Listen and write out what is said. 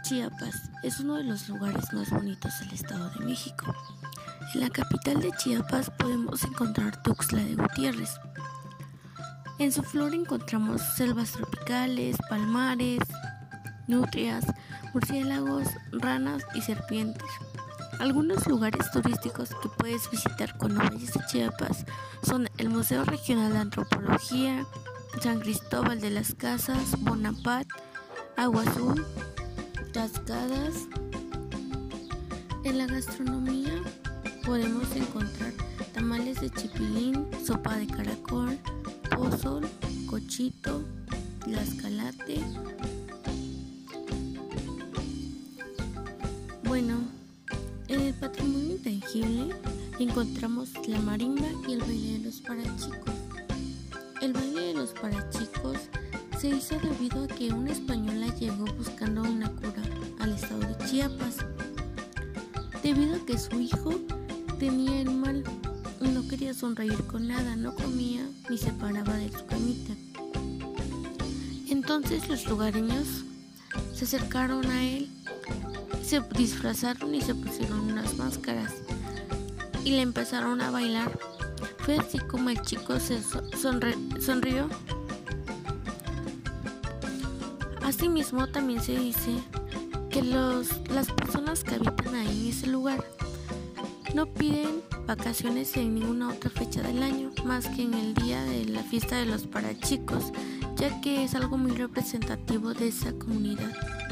Chiapas es uno de los lugares más bonitos del Estado de México. En la capital de Chiapas podemos encontrar Tuxtla de Gutiérrez. En su flora encontramos selvas tropicales, palmares, nutrias, murciélagos, ranas y serpientes. Algunos lugares turísticos que puedes visitar cuando vayas a Chiapas son el Museo Regional de Antropología, San Cristóbal de las Casas, Bonaparte, Agua Azul, cascadas. En la gastronomía podemos encontrar tamales de chipilín, sopa de caracol, pozol, cochito, tlaxcalate. Bueno, en el patrimonio intangible encontramos la marimba y el baile de los parachicos. El baile de los parachicos se hizo debido a que una española llegó buscando una cura al estado de Chiapas, debido a que su hijo tenía el mal y no quería sonreír con nada, no comía ni se paraba de su camita. Entonces los lugareños se acercaron a él, se disfrazaron y se pusieron unas máscaras y le empezaron a bailar. Fue así como el chico se sonrió. Asimismo, también se dice que las personas que habitan ahí en ese lugar no piden vacaciones en ninguna otra fecha del año más que en el día de la fiesta de los parachicos, ya que es algo muy representativo de esa comunidad.